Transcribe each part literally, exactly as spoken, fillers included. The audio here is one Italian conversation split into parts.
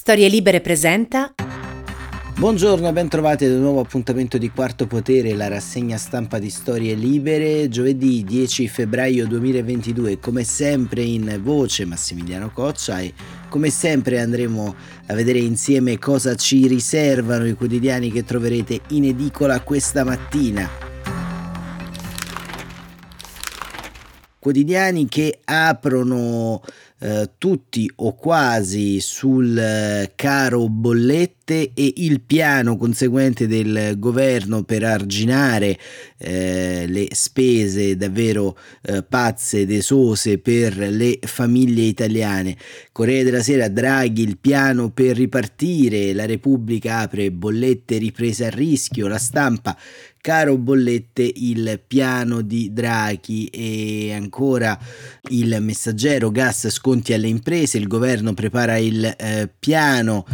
Storie Libere presenta. Buongiorno, ben trovati ad un nuovo appuntamento di Quarto Potere, la rassegna stampa di Storie Libere, giovedì dieci febbraio duemilaventidue, come sempre in voce Massimiliano Coccia e come sempre andremo a vedere insieme cosa ci riservano i quotidiani che troverete in edicola questa mattina. Quotidiani che aprono eh, tutti o quasi sul eh, caro bollette e il piano conseguente del governo per arginare eh, le spese davvero eh, pazze ed esose per le famiglie italiane. Corriere della Sera, Draghi, il piano per ripartire, la Repubblica apre bollette riprese a rischio, La Stampa, caro bollette, il piano di Draghi, e ancora Il Messaggero, gas sconti alle imprese, il governo prepara il eh, piano,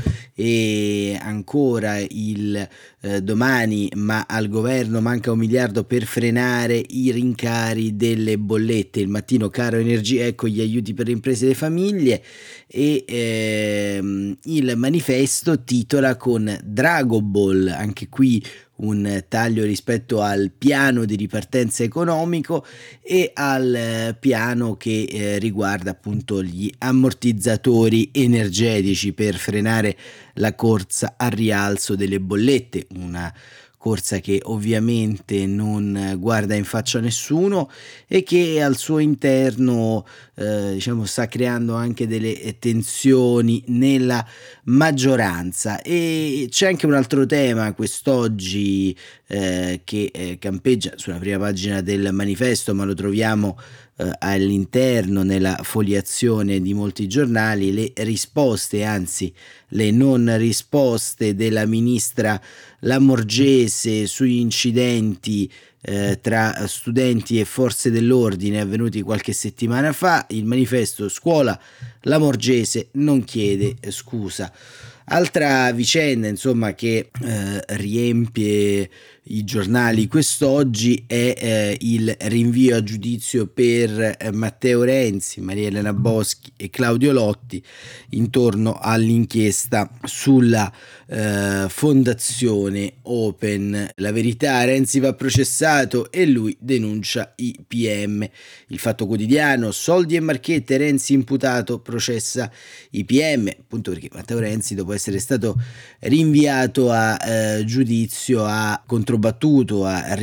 e ancora il eh, Domani, ma al governo manca un miliardo per frenare i rincari delle bollette. Il Mattino, caro energia, ecco gli aiuti per le imprese e le famiglie, e ehm, il Manifesto titola con Drago Ball, anche qui un taglio rispetto al piano di ripartenza economico e al eh, piano che eh, riguarda appunto gli ammortizzatori energetici per frenare la corsa al rialzo delle bollette, una corsa che ovviamente non guarda in faccia a nessuno e che al suo interno eh, diciamo sta creando anche delle tensioni nella maggioranza. E c'è anche un altro tema quest'oggi eh, che eh, campeggia sulla prima pagina del Manifesto, ma lo troviamo eh, all'interno nella foliazione di molti giornali: le risposte, anzi le non risposte della ministra Lamorgese sugli incidenti eh, tra studenti e forze dell'ordine avvenuti qualche settimana fa. Il Manifesto, scuola, Lamorgese non chiede scusa. Altra vicenda, insomma, che eh, riempie i giornali quest'oggi è eh, il rinvio a giudizio per eh, Matteo Renzi, Maria Elena Boschi e Claudio Lotti intorno all'inchiesta sulla eh, fondazione Open. La Verità, Renzi va processato e lui denuncia i P M. Il Fatto Quotidiano, soldi e marchette, Renzi imputato, processa i P M, appunto perché Matteo Renzi, dopo essere stato rinviato a eh, giudizio, ha controbattuto, ha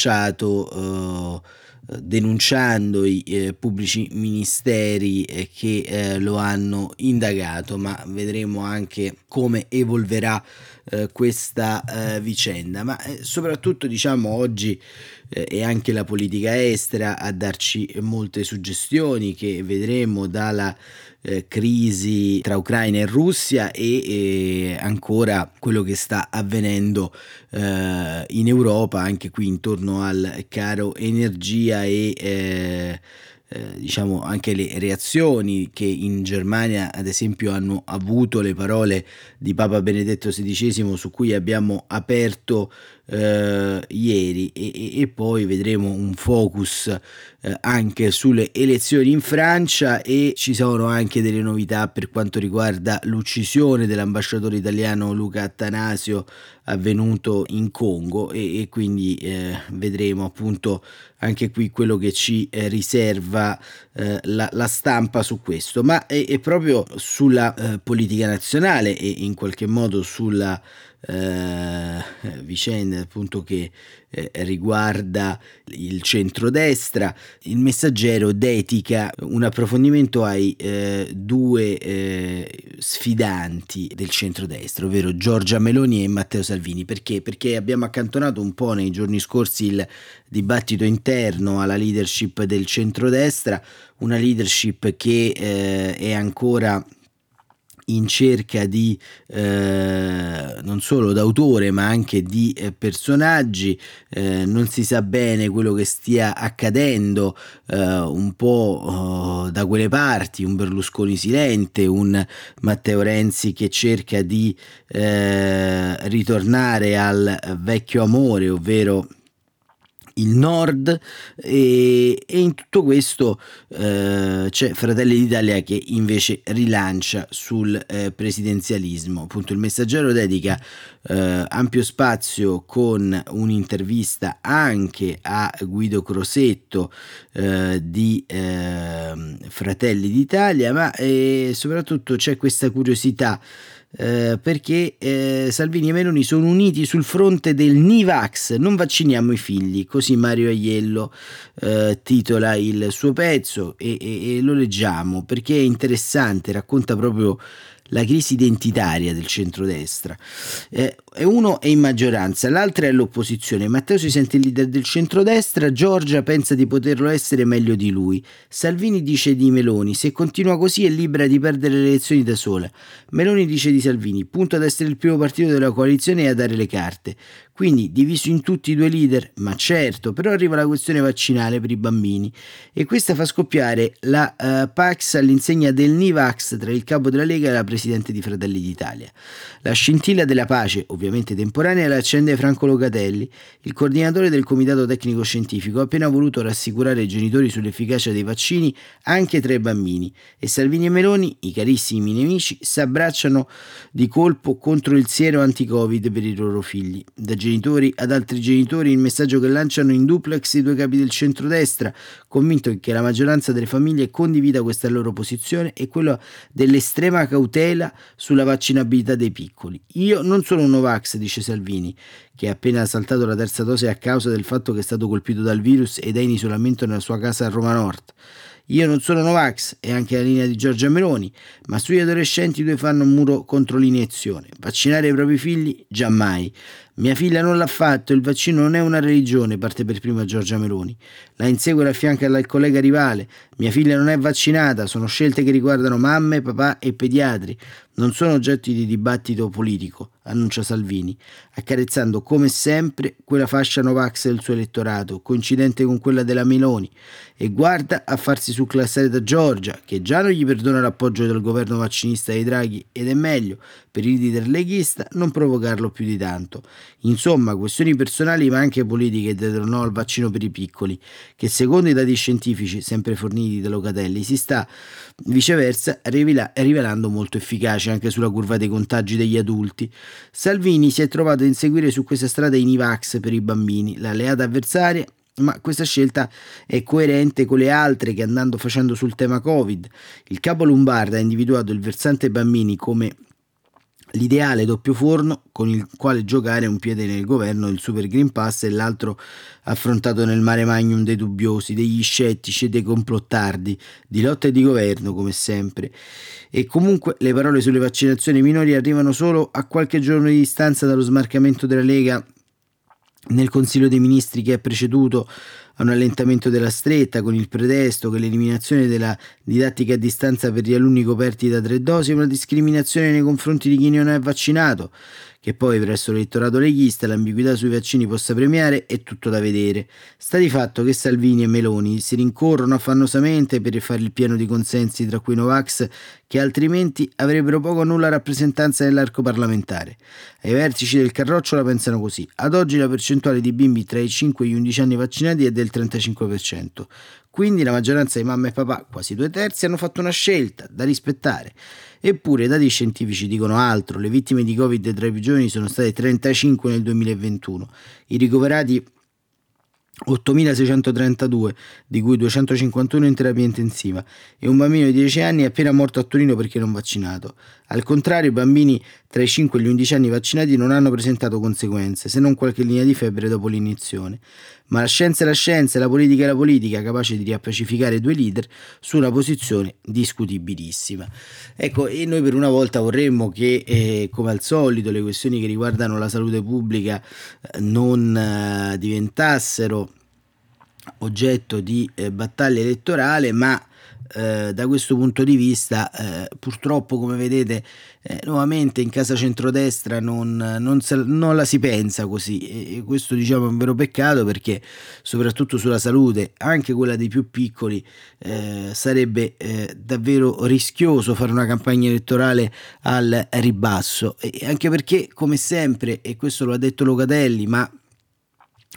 rilanciato eh, denunciando i eh, pubblici ministeri eh, che eh, lo hanno indagato, ma vedremo anche come evolverà eh, questa eh, vicenda. Ma eh, soprattutto, diciamo, oggi eh, è anche la politica estera a darci molte suggestioni che vedremo, dalla Eh, crisi tra Ucraina e Russia e, e ancora quello che sta avvenendo eh, in Europa, anche qui intorno al caro energia e eh, eh, diciamo anche le reazioni che in Germania ad esempio hanno avuto le parole di Papa Benedetto sedicesimo, su cui abbiamo aperto eh, ieri, e, e poi vedremo un focus eh, anche sulle elezioni in Francia, e ci sono anche delle novità per quanto riguarda l'uccisione dell'ambasciatore italiano Luca Attanasio avvenuto in Congo, e, e quindi eh, vedremo appunto anche qui quello che ci eh, riserva eh, la, la stampa su questo. Ma è, è proprio sulla eh, politica nazionale e in qualche modo sulla eh, vicenda appunto che eh, riguarda il centrodestra. Il Messaggero dedica un approfondimento ai eh, due eh, sfidanti del centrodestra, ovvero Giorgia Meloni e Matteo Salvini. Perché? Perché abbiamo accantonato un po' nei giorni scorsi il dibattito interno alla leadership del centrodestra, una leadership che eh, è ancora in cerca di eh, non solo d'autore ma anche di eh, personaggi. Eh, non si sa bene quello che stia accadendo eh, un po' oh, da quelle parti, un Berlusconi silente, un Matteo Renzi che cerca di eh, ritornare al vecchio amore, ovvero il nord, e, e in tutto questo eh, c'è Fratelli d'Italia che invece rilancia sul eh, presidenzialismo. Appunto, il Messaggero dedica eh, ampio spazio con un'intervista anche a Guido Crosetto eh, di eh, Fratelli d'Italia, ma eh, soprattutto c'è questa curiosità Eh, perché eh, Salvini e Meloni sono uniti sul fronte del Nivax, non vacciniamo i figli, così Mario Aiello eh, titola il suo pezzo e, e, e lo leggiamo perché è interessante, racconta proprio la crisi identitaria del centrodestra. Eh, uno è in maggioranza, l'altra è all'opposizione. Matteo si sente il leader del centrodestra, Giorgia pensa di poterlo essere meglio di lui. Salvini dice di Meloni: se continua così è libera di perdere le elezioni da sola. Meloni dice di Salvini: punto ad essere il primo partito della coalizione e a dare le carte. Quindi diviso in tutti i due leader, ma certo, però arriva la questione vaccinale per i bambini e questa fa scoppiare la uh, Pax all'insegna del Nivax tra il capo della Lega e la presidente di Fratelli d'Italia. La scintilla della pace, ovviamente temporanea, la accende Franco Locatelli, il coordinatore del comitato tecnico scientifico, ha appena voluto rassicurare i genitori sull'efficacia dei vaccini anche tra i bambini, e Salvini e Meloni, i carissimi nemici, si abbracciano di colpo contro il siero anti-Covid per i loro figli. Da genitori ad altri genitori il messaggio che lanciano in duplex i due capi del centrodestra, convinto che la maggioranza delle famiglie condivida questa loro posizione e quella dell'estrema cautela sulla vaccinabilità dei piccoli. Io non sono un Novax, dice Salvini, che ha appena saltato la terza dose a causa del fatto che è stato colpito dal virus ed è in isolamento nella sua casa a Roma Nord. Io non sono Novax, è anche la linea di Giorgia Meloni, ma sugli adolescenti i due fanno un muro contro l'iniezione. Vaccinare i propri figli? Giammai. Mia figlia non l'ha fatto, il vaccino non è una religione, parte per prima Giorgia Meloni. La insegue e la affianca il collega rivale. Mia figlia non è vaccinata, sono scelte che riguardano mamme, papà e pediatri. Non sono oggetti di dibattito politico, annuncia Salvini, accarezzando come sempre quella fascia Novax del suo elettorato, coincidente con quella della Meloni, e guarda a farsi suclassare da Giorgia, che già non gli perdona l'appoggio del governo vaccinista dei Draghi, ed è meglio, per il leader leghista, non provocarlo più di tanto. Insomma, questioni personali ma anche politiche dietro no al vaccino per i piccoli, che secondo i dati scientifici, sempre forniti da Locatelli, si sta viceversa rivela- rivelando molto efficace anche sulla curva dei contagi degli adulti. Salvini si è trovato a inseguire su questa strada i Nivax per i bambini, l'alleata avversaria, ma questa scelta è coerente con le altre che andando facendo sul tema Covid. Il capo Lombarda ha individuato il versante bambini come l'ideale doppio forno con il quale giocare un piede nel governo del Super Green Pass e l'altro affrontato nel mare magnum dei dubbiosi, degli scettici e dei complottardi, di lotta e di governo come sempre. E comunque le parole sulle vaccinazioni minori arrivano solo a qualche giorno di distanza dallo smarcamento della Lega nel Consiglio dei Ministri che ha preceduto a un allentamento della stretta, con il pretesto che l'eliminazione della didattica a distanza per gli alunni coperti da tre dosi è una discriminazione nei confronti di chi non è vaccinato, che poi presso l'elettorato leghista l'ambiguità sui vaccini possa premiare è tutto da vedere. Sta di fatto che Salvini e Meloni si rincorrono affannosamente per fare il pieno di consensi tra quei Novax che altrimenti avrebbero poco o nulla rappresentanza nell'arco parlamentare. Ai vertici del Carroccio la pensano così: ad oggi la percentuale di bimbi tra i cinque e gli undici anni vaccinati è del trentacinque per cento, quindi la maggioranza di mamma e papà, quasi due terzi, hanno fatto una scelta da rispettare. Eppure i dati scientifici dicono altro. Le vittime di Covid tra i più giovani sono state trentacinque nel duemilaventuno, i ricoverati ottomilaseicentotrentadue, di cui duecentocinquantuno in terapia intensiva, e un bambino di dieci anni è appena morto a Torino perché non vaccinato. Al contrario, i bambini tra i cinque e gli undici anni vaccinati non hanno presentato conseguenze, se non qualche linea di febbre dopo l'iniezione. Ma la scienza è la scienza e la politica è la politica, capace di riappacificare i due leader su una posizione discutibilissima. Ecco, e noi per una volta vorremmo che, eh, come al solito, le questioni che riguardano la salute pubblica eh, non eh, diventassero oggetto di eh, battaglia elettorale, ma eh, da questo punto di vista eh, purtroppo, come vedete, eh, nuovamente in casa centrodestra non, non, se, non la si pensa così, e, e questo diciamo è un vero peccato, perché soprattutto sulla salute, anche quella dei più piccoli, eh, sarebbe eh, davvero rischioso fare una campagna elettorale al ribasso, e anche perché, come sempre, e questo lo ha detto Locatelli, ma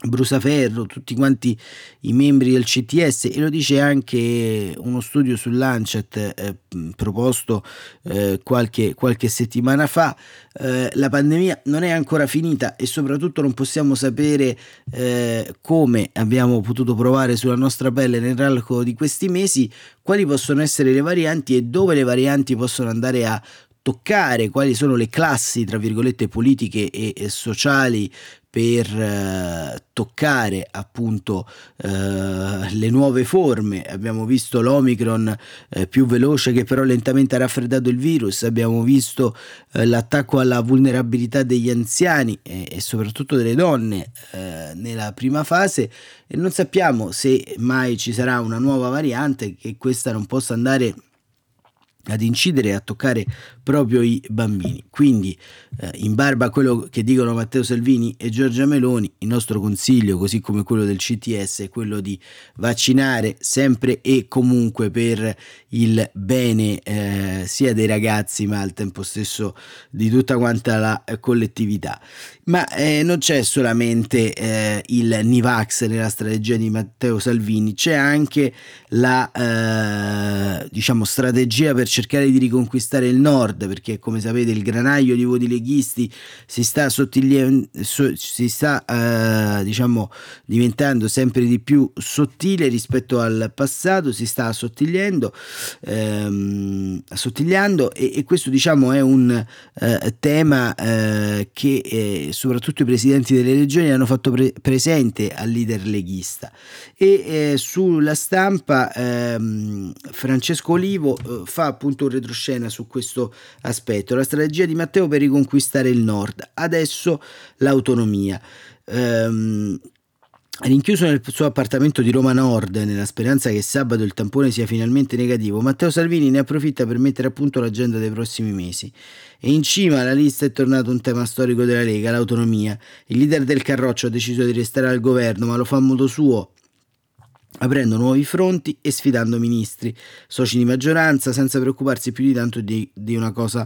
Brusaferro, tutti quanti i membri del C T S, e lo dice anche uno studio sul Lancet eh, proposto eh, qualche, qualche settimana fa. Eh, la pandemia non è ancora finita e soprattutto non possiamo sapere eh, come abbiamo potuto provare sulla nostra pelle nell'arco di questi mesi quali possono essere le varianti e dove le varianti possono andare a toccare, quali sono le classi tra virgolette politiche e, e sociali per eh, toccare appunto eh, le nuove forme. Abbiamo visto l'Omicron eh, più veloce che però lentamente ha raffreddato il virus, abbiamo visto eh, l'attacco alla vulnerabilità degli anziani e, e soprattutto delle donne eh, nella prima fase, e non sappiamo se mai ci sarà una nuova variante, che questa non possa andare ad incidere e a toccare proprio i bambini. Quindi eh, in barba a quello che dicono Matteo Salvini e Giorgia Meloni, il nostro consiglio, così come quello del C T S, è quello di vaccinare sempre e comunque per il bene eh, sia dei ragazzi ma al tempo stesso di tutta quanta la collettività. Ma eh, non c'è solamente eh, il Nivax nella strategia di Matteo Salvini, c'è anche la eh, diciamo strategia per cercare di riconquistare il nord, perché come sapete il granaio di voti leghisti si sta sottigliendo, so, si sta eh, diciamo diventando sempre di più sottile rispetto al passato, si sta assottigliendo ehm, assottigliando e, e questo diciamo è un eh, tema eh, che eh, soprattutto i presidenti delle regioni hanno fatto pre- presente al leader leghista. E eh, sulla stampa ehm, Francesco Olivo eh, fa appunto un retroscena su questo aspetto: la strategia di Matteo per riconquistare il nord, adesso l'autonomia. ehm, Rinchiuso nel suo appartamento di Roma Nord, nella speranza che sabato il tampone sia finalmente negativo, Matteo Salvini ne approfitta per mettere a punto l'agenda dei prossimi mesi. E in cima alla lista è tornato un tema storico della Lega, l'autonomia. Il leader del Carroccio ha deciso di restare al governo, ma lo fa a modo suo, aprendo nuovi fronti e sfidando ministri, soci di maggioranza, senza preoccuparsi più di tanto di, di una cosa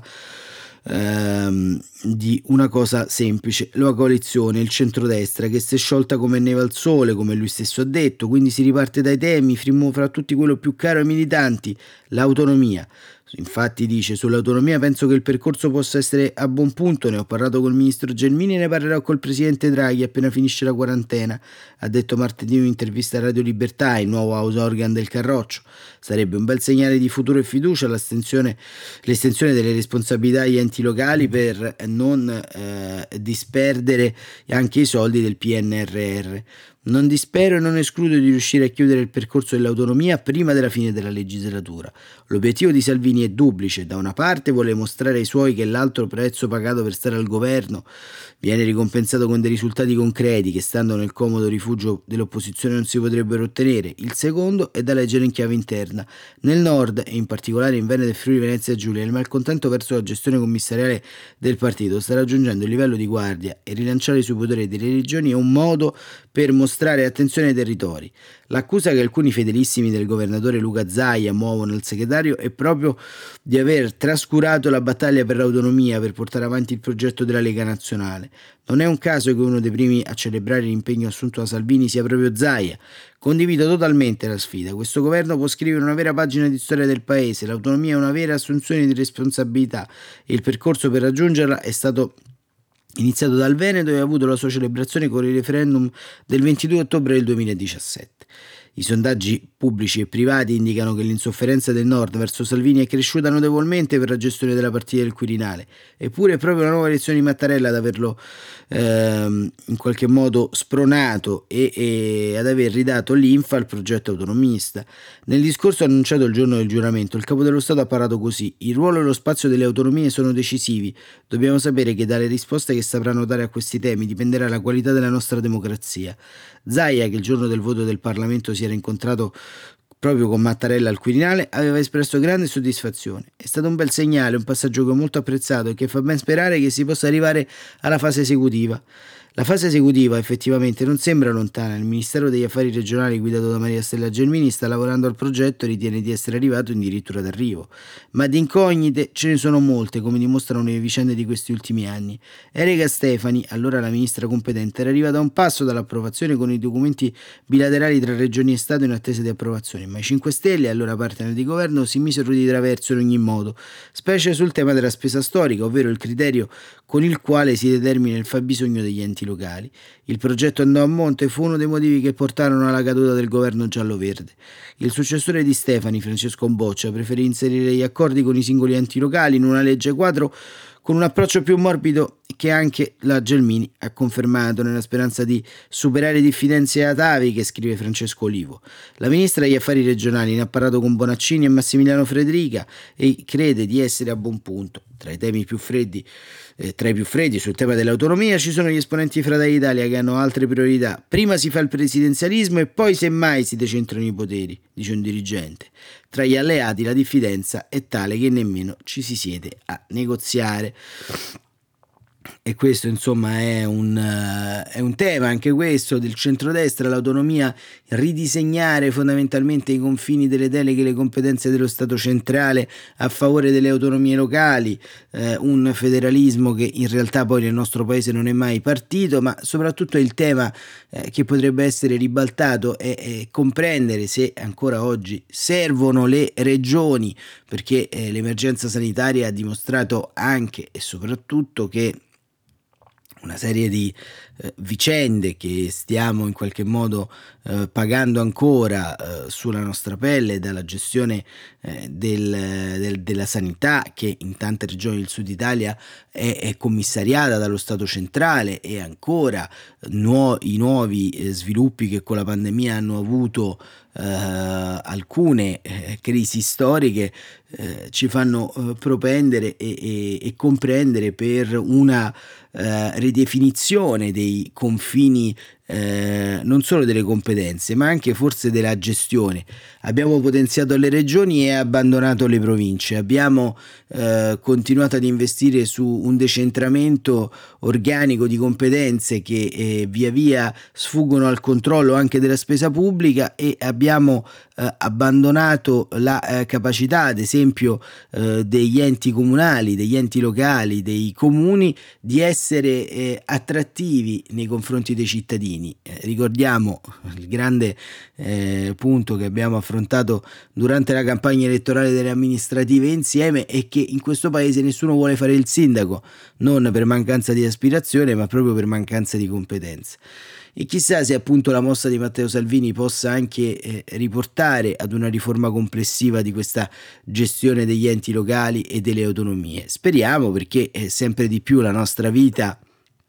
ehm, di una cosa semplice: la coalizione, il centrodestra, che si è sciolta come neve al sole, come lui stesso ha detto. Quindi si riparte dai temi, fra tutti quello più caro ai militanti, l'autonomia. Infatti dice: sull'autonomia penso che il percorso possa essere a buon punto, ne ho parlato col ministro Gelmini e ne parlerò col presidente Draghi appena finisce la quarantena, ha detto martedì in un'intervista a Radio Libertà, il nuovo house organ del Carroccio. Sarebbe un bel segnale di futuro e fiducia l'estensione delle responsabilità agli enti locali per non eh, disperdere anche i soldi del P N R R. Non dispero e non escludo di riuscire a chiudere il percorso dell'autonomia prima della fine della legislatura. L'obiettivo di Salvini è duplice: da una parte vuole mostrare ai suoi che l'altro prezzo pagato per stare al governo viene ricompensato con dei risultati concreti che, stando nel comodo rifugio dell'opposizione, non si potrebbero ottenere. Il secondo è da leggere in chiave interna. Nel nord, e in particolare in Veneto e Friuli Venezia Giulia, il malcontento verso la gestione commissariale del partito sta raggiungendo il livello di guardia, e rilanciare sui poteri delle regioni è un modo per mostrare attenzione ai territori. L'accusa che alcuni fedelissimi del governatore Luca Zaia muovono al segretario è proprio di aver trascurato la battaglia per l'autonomia per portare avanti il progetto della Lega Nazionale. Non è un caso che uno dei primi a celebrare l'impegno assunto da Salvini sia proprio Zaia. Condivido totalmente la sfida. Questo governo può scrivere una vera pagina di storia del paese. L'autonomia è una vera assunzione di responsabilità e il percorso per raggiungerla è stato iniziato dal Veneto e ha avuto la sua celebrazione con il referendum del ventidue ottobre del duemiladiciassette. I sondaggi pubblici e privati indicano che l'insofferenza del Nord verso Salvini è cresciuta notevolmente per la gestione della partita del Quirinale, eppure è proprio la nuova elezione di Mattarella ad averlo ehm, in qualche modo spronato e, e ad aver ridato linfa al progetto autonomista. Nel discorso annunciato il giorno del giuramento, il Capo dello Stato ha parlato così: il ruolo e lo spazio delle autonomie sono decisivi, dobbiamo sapere che dalle risposte che sapranno dare a questi temi dipenderà la qualità della nostra democrazia. Zaia, che il giorno del voto del Parlamento si era incontrato proprio con Mattarella al Quirinale, aveva espresso grande soddisfazione. È stato un bel segnale, un passaggio che ho molto apprezzato e che fa ben sperare che si possa arrivare alla fase esecutiva. La fase esecutiva effettivamente non sembra lontana. Il Ministero degli Affari Regionali, guidato da Maria Stella Gelmini, sta lavorando al progetto e ritiene di essere arrivato addirittura d'arrivo. Ma di incognite ce ne sono molte, come dimostrano le vicende di questi ultimi anni. Erika Stefani, allora la ministra competente, era arrivata a un passo dall'approvazione con i documenti bilaterali tra Regioni e Stato in attesa di approvazione, ma i cinque Stelle, allora partner di governo, si misero di traverso in ogni modo, specie sul tema della spesa storica, ovvero il criterio con il quale si determina il fabbisogno degli enti locali. Il progetto andò a monte e fu uno dei motivi che portarono alla caduta del governo giallo-verde. Il successore di Stefani, Francesco Boccia, preferì inserire gli accordi con i singoli enti locali in una legge quadro con un approccio più morbido che anche la Gelmini ha confermato, nella speranza di superare diffidenze ataviche, scrive Francesco Olivo. La ministra degli affari regionali ne ha parlato con Bonaccini e Massimiliano Frederica e crede di essere a buon punto. Tra i temi più freddi, eh, tra i più freddi sul tema dell'autonomia ci sono gli esponenti di Fratelli d'Italia che hanno altre priorità. Prima si fa il presidenzialismo e poi semmai si decentrano i poteri, dice un dirigente. Tra gli alleati la diffidenza è tale che nemmeno ci si siede a negoziare. E questo insomma è un, uh, è un tema anche questo del centrodestra, l'autonomia, ridisegnare fondamentalmente i confini delle deleghe e le competenze dello Stato centrale a favore delle autonomie locali, eh, un federalismo che in realtà poi nel nostro paese non è mai partito, ma soprattutto il tema eh, che potrebbe essere ribaltato è, è comprendere se ancora oggi servono le regioni, perché eh, l'emergenza sanitaria ha dimostrato anche e soprattutto che una serie di eh, vicende che stiamo in qualche modo eh, pagando ancora eh, sulla nostra pelle, dalla gestione eh, del, del, della sanità che in tante regioni del sud Italia è, è commissariata dallo Stato centrale, e ancora nuo- i nuovi eh, sviluppi che con la pandemia hanno avuto eh, alcune eh, crisi storiche eh, ci fanno eh, propendere e, e, e comprendere per una eh, ridefinizione dei confini eh, non solo delle competenze ma anche forse della gestione. Abbiamo potenziato le regioni e abbandonato le province, abbiamo eh, continuato ad investire su un decentramento organico di competenze che eh, via via sfuggono al controllo anche della spesa pubblica, e abbiamo eh, abbandonato la eh, capacità ad esempio eh, degli enti comunali, degli enti locali, dei comuni di essere eh, attrattivi nei confronti dei cittadini. Eh, ricordiamo il grande eh, punto che abbiamo affrontato durante la campagna elettorale delle amministrative insieme è che in questo paese nessuno vuole fare il sindaco, non per mancanza di aspirazione ma proprio per mancanza di competenze. E chissà se appunto la mossa di Matteo Salvini possa anche eh, riportare ad una riforma complessiva di questa gestione degli enti locali e delle autonomie. Speriamo, perché eh, sempre di più la nostra vita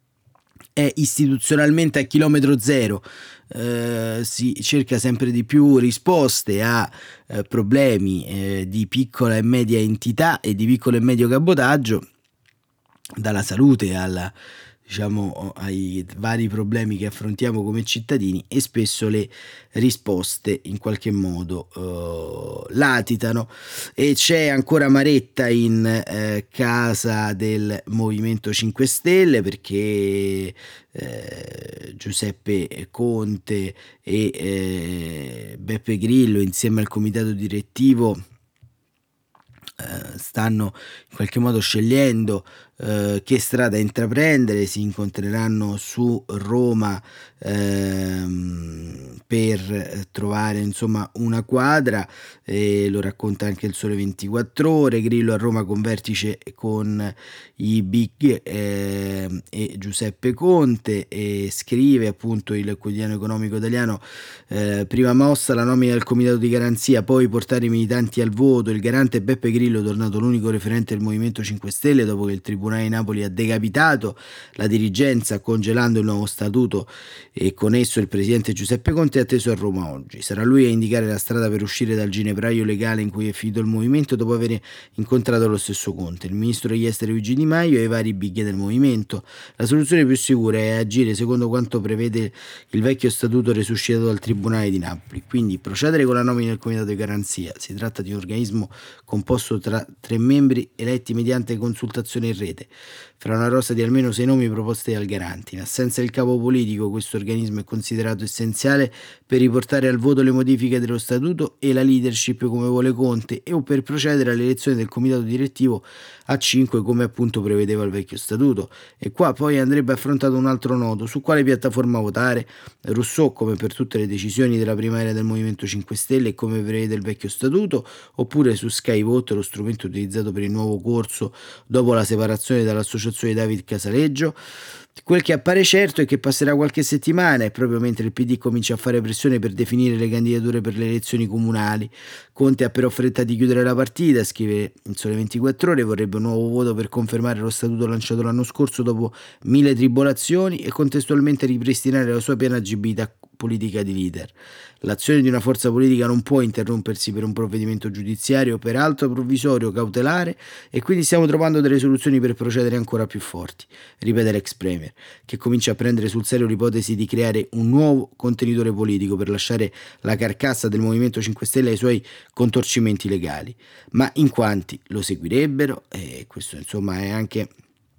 è istituzionalmente a chilometro zero, eh, si cerca sempre di più risposte a eh, problemi eh, di piccola e media entità e di piccolo e medio cabotaggio, dalla salute alla diciamo ai vari problemi che affrontiamo come cittadini, e spesso le risposte in qualche modo uh, latitano e c'è ancora Maretta in eh, casa del Movimento cinque Stelle, perché eh, Giuseppe Conte e eh, Beppe Grillo insieme al comitato direttivo stanno in qualche modo scegliendo eh, che strada intraprendere. Si incontreranno su Roma ehm, per trovare insomma una quadra, e lo racconta anche il Sole ventiquattro Ore. Grillo a Roma con vertice con i big eh, e Giuseppe Conte, e scrive appunto il quotidiano economico italiano: eh, prima mossa la nomina del comitato di garanzia, poi portare i militanti al voto. Il garante Beppe Grillo, tornato l'unico referente del Movimento cinque Stelle dopo che il Tribunale di Napoli ha decapitato la dirigenza congelando il nuovo statuto e con esso il presidente Giuseppe Conte, è atteso a Roma oggi. Sarà lui a indicare la strada per uscire dal ginepraio legale in cui è finito il movimento dopo aver incontrato lo stesso Conte, il ministro degli esteri Luigi Di Maio e i vari big del movimento. La soluzione più sicura è agire secondo quanto prevede il vecchio statuto resuscitato dal Tribunale di Napoli, quindi procedere con la nomina del comitato di garanzia. Si tratta di un organismo composto tra tre membri eletti mediante consultazione in rete. rete, fra una rosa di almeno sei nomi proposti dal Garante. In assenza del capo politico, questo organismo è considerato essenziale per riportare al voto le modifiche dello statuto e la leadership come vuole Conte, e o per procedere all'elezione del comitato direttivo a cinque come appunto prevedeva il vecchio statuto. E qua poi andrebbe affrontato un altro nodo: su quale piattaforma votare. Rousseau, come per tutte le decisioni della primaria del Movimento cinque Stelle e come prevede il vecchio statuto, oppure su Sky Vote, lo strumento utilizzato per il nuovo corso dopo la separazione dall'associazione di David Casaleggio. Quel che appare certo è che passerà qualche settimana, e proprio mentre il P D comincia a fare pressione per definire le candidature per le elezioni comunali, Conte ha però fretta di chiudere la partita. Scrive in Sole ventiquattro Ore: vorrebbe un nuovo voto per confermare lo statuto lanciato l'anno scorso dopo mille tribolazioni e contestualmente ripristinare la sua piena agibilità politica di leader. L'azione di una forza politica non può interrompersi per un provvedimento giudiziario, peraltro provvisorio, cautelare, e quindi stiamo trovando delle soluzioni per procedere ancora più forti, ripete l'ex premier, che comincia a prendere sul serio l'ipotesi di creare un nuovo contenitore politico per lasciare la carcassa del Movimento cinque Stelle ai suoi contorcimenti legali. Ma in quanti lo seguirebbero? E questo insomma è anche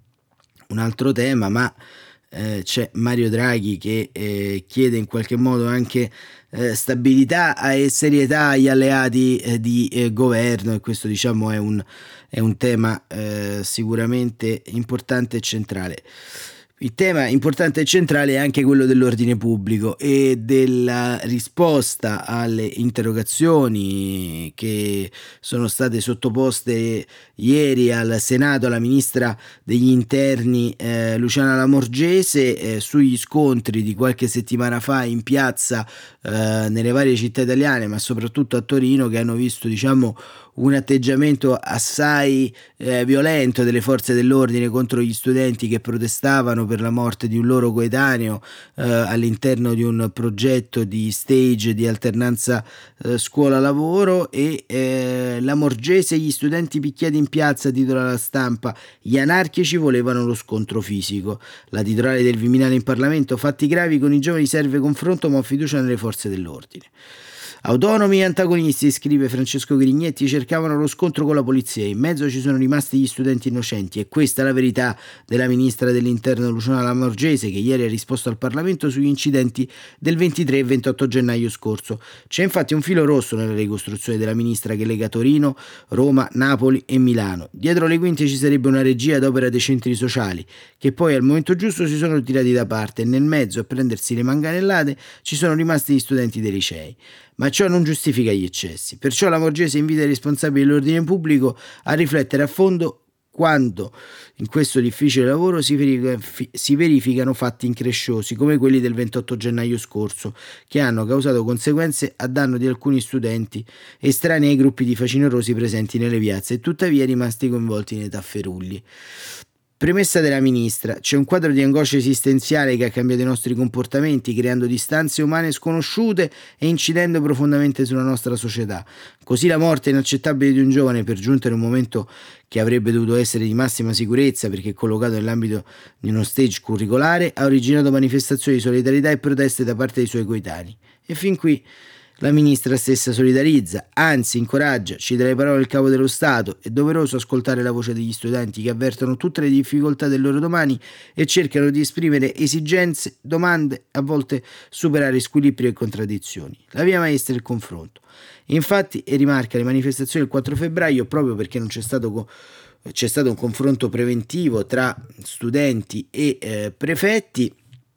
un altro tema, ma eh, c'è Mario Draghi che eh, chiede in qualche modo anche eh, stabilità e serietà agli alleati eh, di eh, governo, e questo diciamo è un, è un tema eh, sicuramente importante e centrale. Il tema importante e centrale è anche quello dell'ordine pubblico e della risposta alle interrogazioni che sono state sottoposte ieri al Senato alla ministra degli interni eh, Luciana Lamorgese eh, sugli scontri di qualche settimana fa in piazza eh, nelle varie città italiane, ma soprattutto a Torino, che hanno visto diciamo un atteggiamento assai eh, violento delle forze dell'ordine contro gli studenti che protestavano per la morte di un loro coetaneo eh, all'interno di un progetto di stage di alternanza eh, scuola-lavoro. E eh, Lamorgese: gli studenti picchiati in piazza, titola La Stampa, gli anarchici volevano lo scontro fisico. La titolare del Viminale in Parlamento: fatti gravi con i giovani, serve confronto ma ho fiducia nelle forze dell'ordine. Autonomi e antagonisti, scrive Francesco Grignetti, cercavano lo scontro con la polizia, in mezzo ci sono rimasti gli studenti innocenti, e questa è la verità della ministra dell'interno Luciana Lamorgese, che ieri ha risposto al Parlamento sugli incidenti del ventitré e ventotto gennaio scorso. C'è infatti un filo rosso nella ricostruzione della ministra che lega Torino, Roma, Napoli e Milano. Dietro le quinte ci sarebbe una regia ad opera dei centri sociali, che poi al momento giusto si sono tirati da parte, e nel mezzo a prendersi le manganellate ci sono rimasti gli studenti dei licei. Ma ciò non giustifica gli eccessi, perciò Lamorgese invita i responsabili dell'ordine pubblico a riflettere a fondo quando in questo difficile lavoro si, verifica, si verificano fatti incresciosi come quelli del ventotto gennaio scorso, che hanno causato conseguenze a danno di alcuni studenti estranei ai gruppi di facinorosi presenti nelle piazze e tuttavia rimasti coinvolti nei tafferugli. Premessa della ministra: c'è un quadro di angoscia esistenziale che ha cambiato i nostri comportamenti, creando distanze umane sconosciute e incidendo profondamente sulla nostra società. Così la morte inaccettabile di un giovane, per giunta in un momento che avrebbe dovuto essere di massima sicurezza perché collocato nell'ambito di uno stage curricolare, ha originato manifestazioni di solidarietà e proteste da parte dei suoi coetanei. E fin qui la ministra stessa solidarizza, anzi incoraggia. Cita le parole del Capo dello Stato: è doveroso ascoltare la voce degli studenti che avvertono tutte le difficoltà del loro domani e cercano di esprimere esigenze, domande, a volte superare squilibri e contraddizioni. La via maestra è il confronto. Infatti, e rimarca le manifestazioni del quattro febbraio, proprio perché non c'è stato c'è stato un confronto preventivo tra studenti e eh, prefetti,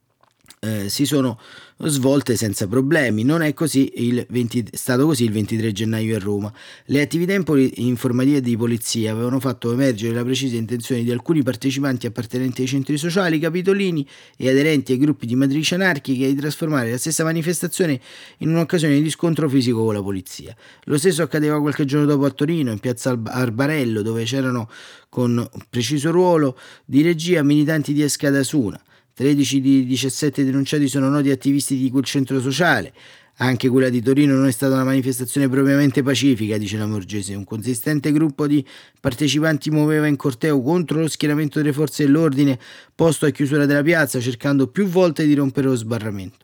Eh, si sono svolte senza problemi. Non è così il venti, stato così il ventitré gennaio a Roma. Le attività in poli- informative di polizia avevano fatto emergere la precisa intenzione di alcuni partecipanti appartenenti ai centri sociali, capitolini e aderenti ai gruppi di matrice anarchiche di trasformare la stessa manifestazione in un'occasione di scontro fisico con la polizia. Lo stesso accadeva qualche giorno dopo a Torino, in piazza Arbarello, dove c'erano con preciso ruolo di regia militanti di Escadasuna. tredici di diciassette denunciati sono noti attivisti di quel centro sociale. Anche quella di Torino non è stata una manifestazione propriamente pacifica, dice Lamorgese. Un consistente gruppo di partecipanti muoveva in corteo contro lo schieramento delle forze dell'ordine posto a chiusura della piazza, cercando più volte di rompere lo sbarramento.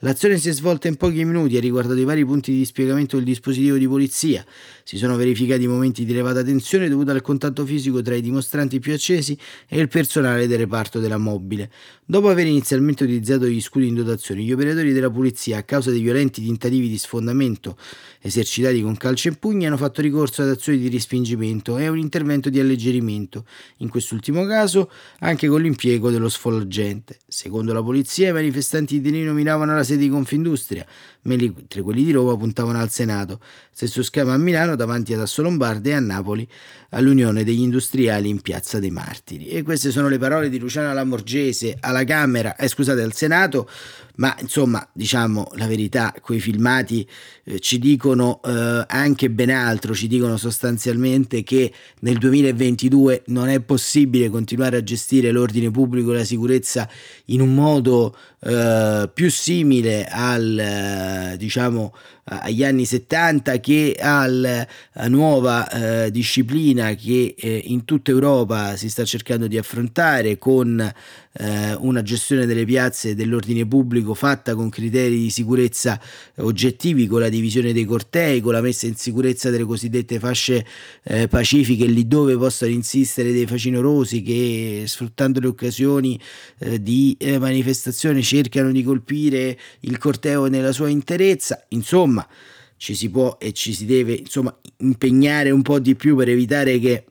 L'azione si è svolta in pochi minuti e ha riguardato i vari punti di dispiegamento del dispositivo di polizia. Si sono verificati momenti di elevata tensione dovuta al contatto fisico tra i dimostranti più accesi e il personale del reparto della mobile. Dopo aver inizialmente utilizzato gli scudi in dotazione, gli operatori della polizia, a causa dei violenti tentativi di sfondamento esercitati con calci e pugni, hanno fatto ricorso ad azioni di respingimento e a un intervento di alleggerimento, in quest'ultimo caso anche con l'impiego dello sfolgente. Secondo la polizia, i manifestanti di Torino miravano alla sede di Confindustria, mentre quelli di Roma puntavano al Senato. Stesso schema a Milano davanti ad Assolombarda e a Napoli all'Unione degli Industriali in Piazza dei Martiri. E queste sono le parole di Luciana Lamorgese alla Camera, eh, scusate, al Senato, ma insomma, diciamo la verità, quei filmati eh, ci dicono eh, anche ben altro, ci dicono sostanzialmente che nel duemilaventidue non è possibile continuare a gestire l'ordine pubblico e la sicurezza in un modo eh, più simile al eh, diciamo agli anni settanta che alla nuova eh, disciplina che eh, in tutta Europa si sta cercando di affrontare, con eh, una gestione delle piazze e dell'ordine pubblico fatta con criteri di sicurezza oggettivi, con la divisione dei cortei, con la messa in sicurezza delle cosiddette fasce eh, pacifiche lì dove possono insistere dei facinorosi che, sfruttando le occasioni eh, di eh, manifestazione, cercano di colpire il corteo nella sua interezza. Insomma, ci si può e ci si deve insomma impegnare un po' di più per evitare che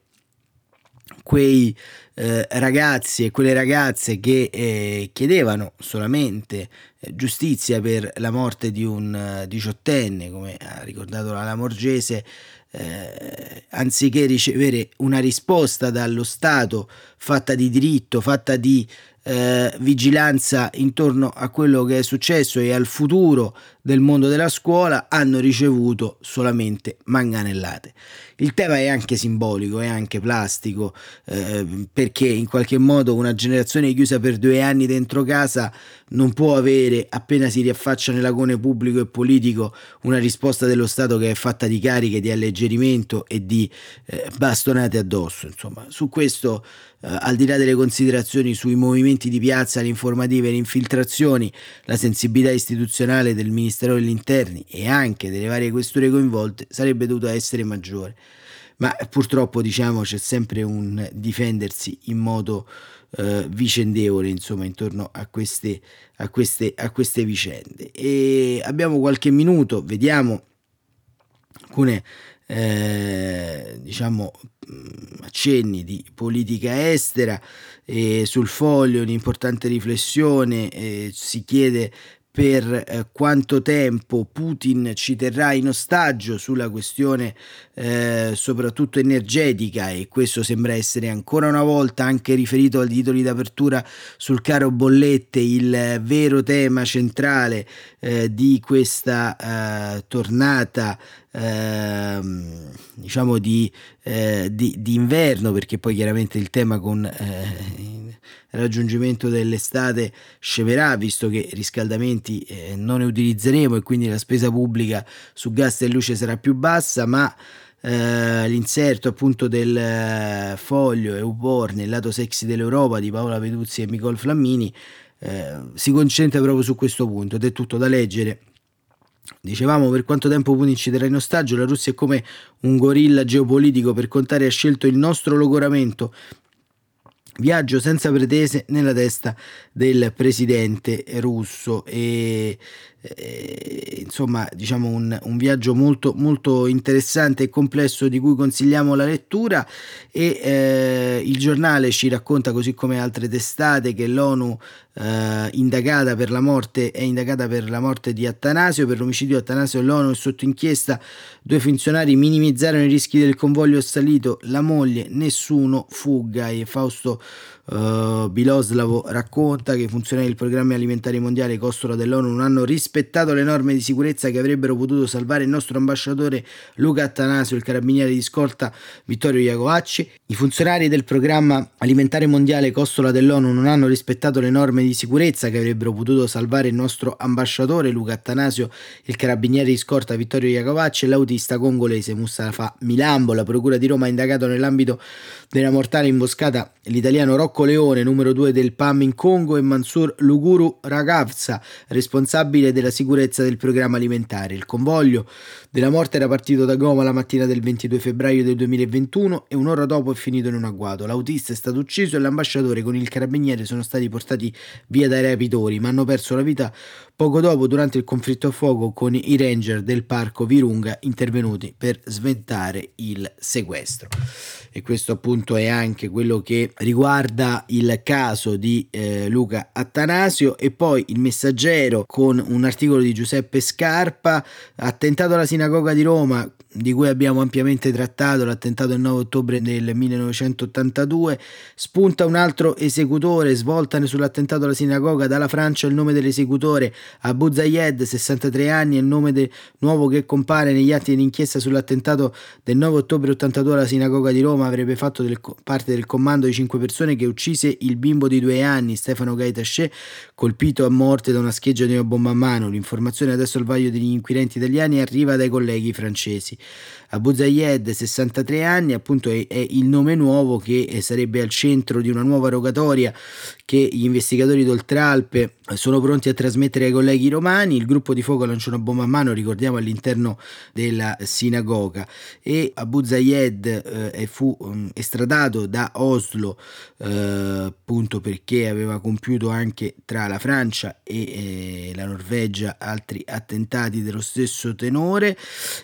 quei eh, ragazzi e quelle ragazze che eh, chiedevano solamente eh, giustizia per la morte di un uh, diciottenne, come ha ricordato la Lamorgese, eh, anziché ricevere una risposta dallo Stato fatta di diritto, fatta di eh, vigilanza intorno a quello che è successo e al futuro del mondo della scuola, hanno ricevuto solamente manganellate. Il tema è anche simbolico, è anche plastico, eh, perché in qualche modo una generazione chiusa per due anni dentro casa non può avere, appena si riaffaccia nell'agone pubblico e politico, una risposta dello Stato che è fatta di cariche, di alleggerimento e di eh, bastonate addosso. Insomma, su questo, eh, al di là delle considerazioni sui movimenti di piazza, le informative, le infiltrazioni, la sensibilità istituzionale del Ministero degli Interni e anche delle varie questure coinvolte sarebbe dovuta essere maggiore. Ma purtroppo, diciamo, c'è sempre un difendersi in modo eh, vicendevole, insomma, intorno a queste, a queste, a queste vicende. E abbiamo qualche minuto, vediamo alcune eh, diciamo accenni di politica estera. E sul Foglio un'importante riflessione, eh, si chiede per eh, quanto tempo Putin ci terrà in ostaggio sulla questione eh, soprattutto energetica, e questo sembra essere ancora una volta, anche riferito ai titoli d'apertura sul caro bollette, il vero tema centrale eh, di questa eh, tornata eh, diciamo di, eh, di, di inverno, perché poi chiaramente il tema con eh, il raggiungimento dell'estate sceverà, visto che riscaldamenti eh, non ne utilizzeremo e quindi la spesa pubblica su gas e luce sarà più bassa, ma eh, l'inserto appunto del eh, Foglio EUPOR nel lato sexy dell'Europa di Paola Peduzzi e Nicole Flammini eh, si concentra proprio su questo punto, ed è tutto da leggere. Dicevamo, per quanto tempo Putin ci terrà in ostaggio, la Russia è come un gorilla geopolitico, per contare ha scelto il nostro logoramento. Viaggio senza pretese nella testa del presidente russo e, e insomma diciamo un, un viaggio molto molto interessante e complesso, di cui consigliamo la lettura. E eh, il giornale ci racconta, così come altre testate, che l'ONU eh, indagata per la morte è indagata per la morte di Attanasio, per l'omicidio di Attanasio. L'ONU è sotto inchiesta, due funzionari minimizzarono i rischi del convoglio assalito, la moglie, nessuno fugga. E Fausto Uh, Biloslavo racconta che i funzionari del programma alimentare mondiale Costola dell'ONU non hanno rispettato le norme di sicurezza che avrebbero potuto salvare il nostro ambasciatore Luca Attanasio, il carabiniere di scorta Vittorio Iacovacci. I funzionari del programma alimentare mondiale Costola dell'ONU non hanno rispettato le norme di sicurezza che avrebbero potuto salvare il nostro ambasciatore Luca Attanasio, il carabiniere di scorta Vittorio Iacovacci e l'autista congolese Mustafa Milambo. La procura di Roma ha indagato nell'ambito della mortale imboscata l'italiano Rocco Rocco Leone, numero due del P A M in Congo, e Mansour Luguru Ragazza, responsabile della sicurezza del programma alimentare. Il convoglio della morte era partito da Goma la mattina del ventidue febbraio del duemilaventuno e un'ora dopo è finito in un agguato. L'autista è stato ucciso e l'ambasciatore con il carabiniere sono stati portati via dai rapitori, ma hanno perso la vita poco dopo durante il conflitto a fuoco con i ranger del parco Virunga intervenuti per sventare il sequestro. E questo appunto è anche quello che riguarda il caso di eh, Luca Attanasio. E poi il Messaggero con un articolo di Giuseppe Scarpa: attentato alla sinagoga di Roma, di cui abbiamo ampiamente trattato, l'attentato del nove ottobre del millenovecentottantadue, spunta un altro esecutore, svoltane sull'attentato alla sinagoga. Dalla Francia il nome dell'esecutore, Abu Zayed, sessantatré anni, è il nome de- nuovo che compare negli atti dell'inchiesta sull'attentato del nove ottobre ottantadue alla sinagoga di Roma. Avrebbe fatto del co- parte del comando di cinque persone che uccise il bimbo di due anni, Stefano Gaitaché, colpito a morte da una scheggia di una bomba a mano. L'informazione adesso al vaglio degli inquirenti italiani arriva dai colleghi francesi. Abu Zayed, sessantatré anni, appunto è, è il nome nuovo che sarebbe al centro di una nuova rogatoria che gli investigatori d'Oltralpe sono pronti a trasmettere ai colleghi romani. Il gruppo di fuoco lanciò una bomba a mano, ricordiamo, all'interno della sinagoga, e Abu Zayed eh, fu um, estradato da Oslo eh, appunto perché aveva compiuto anche tra la Francia e eh, la Norvegia altri attentati dello stesso tenore.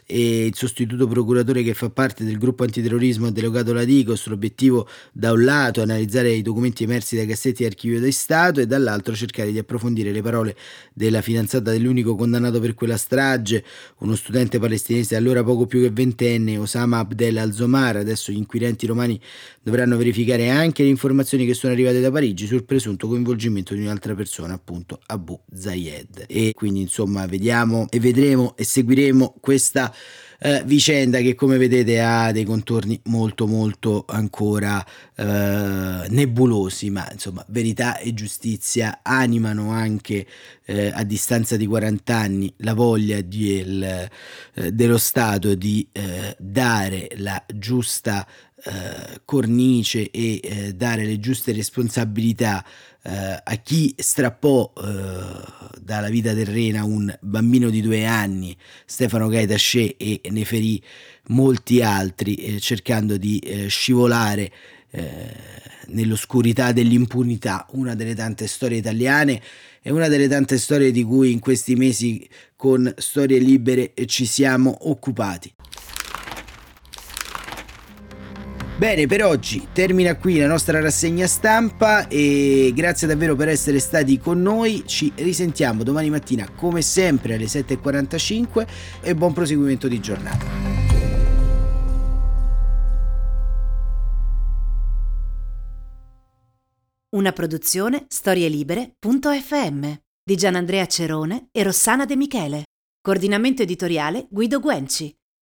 E il sostituto procuratore che fa parte del gruppo antiterrorismo ha delegato la Digos l'obiettivo, da un lato, analizzare i documenti emersi dai cassetti di archivio di Stato e dall'altro cercare di approfondire le parole della fidanzata dell'unico condannato per quella strage, uno studente palestinese allora poco più che ventenne, Osama Abdel Al-Zomar. Adesso gli inquirenti romani dovranno verificare anche le informazioni che sono arrivate da Parigi sul presunto coinvolgimento di un'altra persona, appunto Abu Zayed. E quindi insomma vediamo e vedremo e seguiremo questa Uh, vicenda che, come vedete, ha dei contorni molto molto ancora uh, nebulosi, ma insomma verità e giustizia animano anche uh, a distanza di quaranta anni la voglia di, il, uh, dello Stato di uh, dare la giusta uh, cornice e uh, dare le giuste responsabilità Uh, a chi strappò uh, dalla vita terrena un bambino di due anni, Stefano Gaitaché, e ne ferì molti altri, eh, cercando di eh, scivolare eh, nell'oscurità dell'impunità. Una delle tante storie italiane e una delle tante storie di cui in questi mesi con Storie Libere ci siamo occupati. Bene, per oggi termina qui la nostra rassegna stampa e grazie davvero per essere stati con noi. Ci risentiamo domani mattina come sempre alle sette e quarantacinque e buon proseguimento di giornata. Una produzione storielibere punto effe emme di Gianandrea Cerone e Rossana De Michele. Coordinamento editoriale Guido Guenci.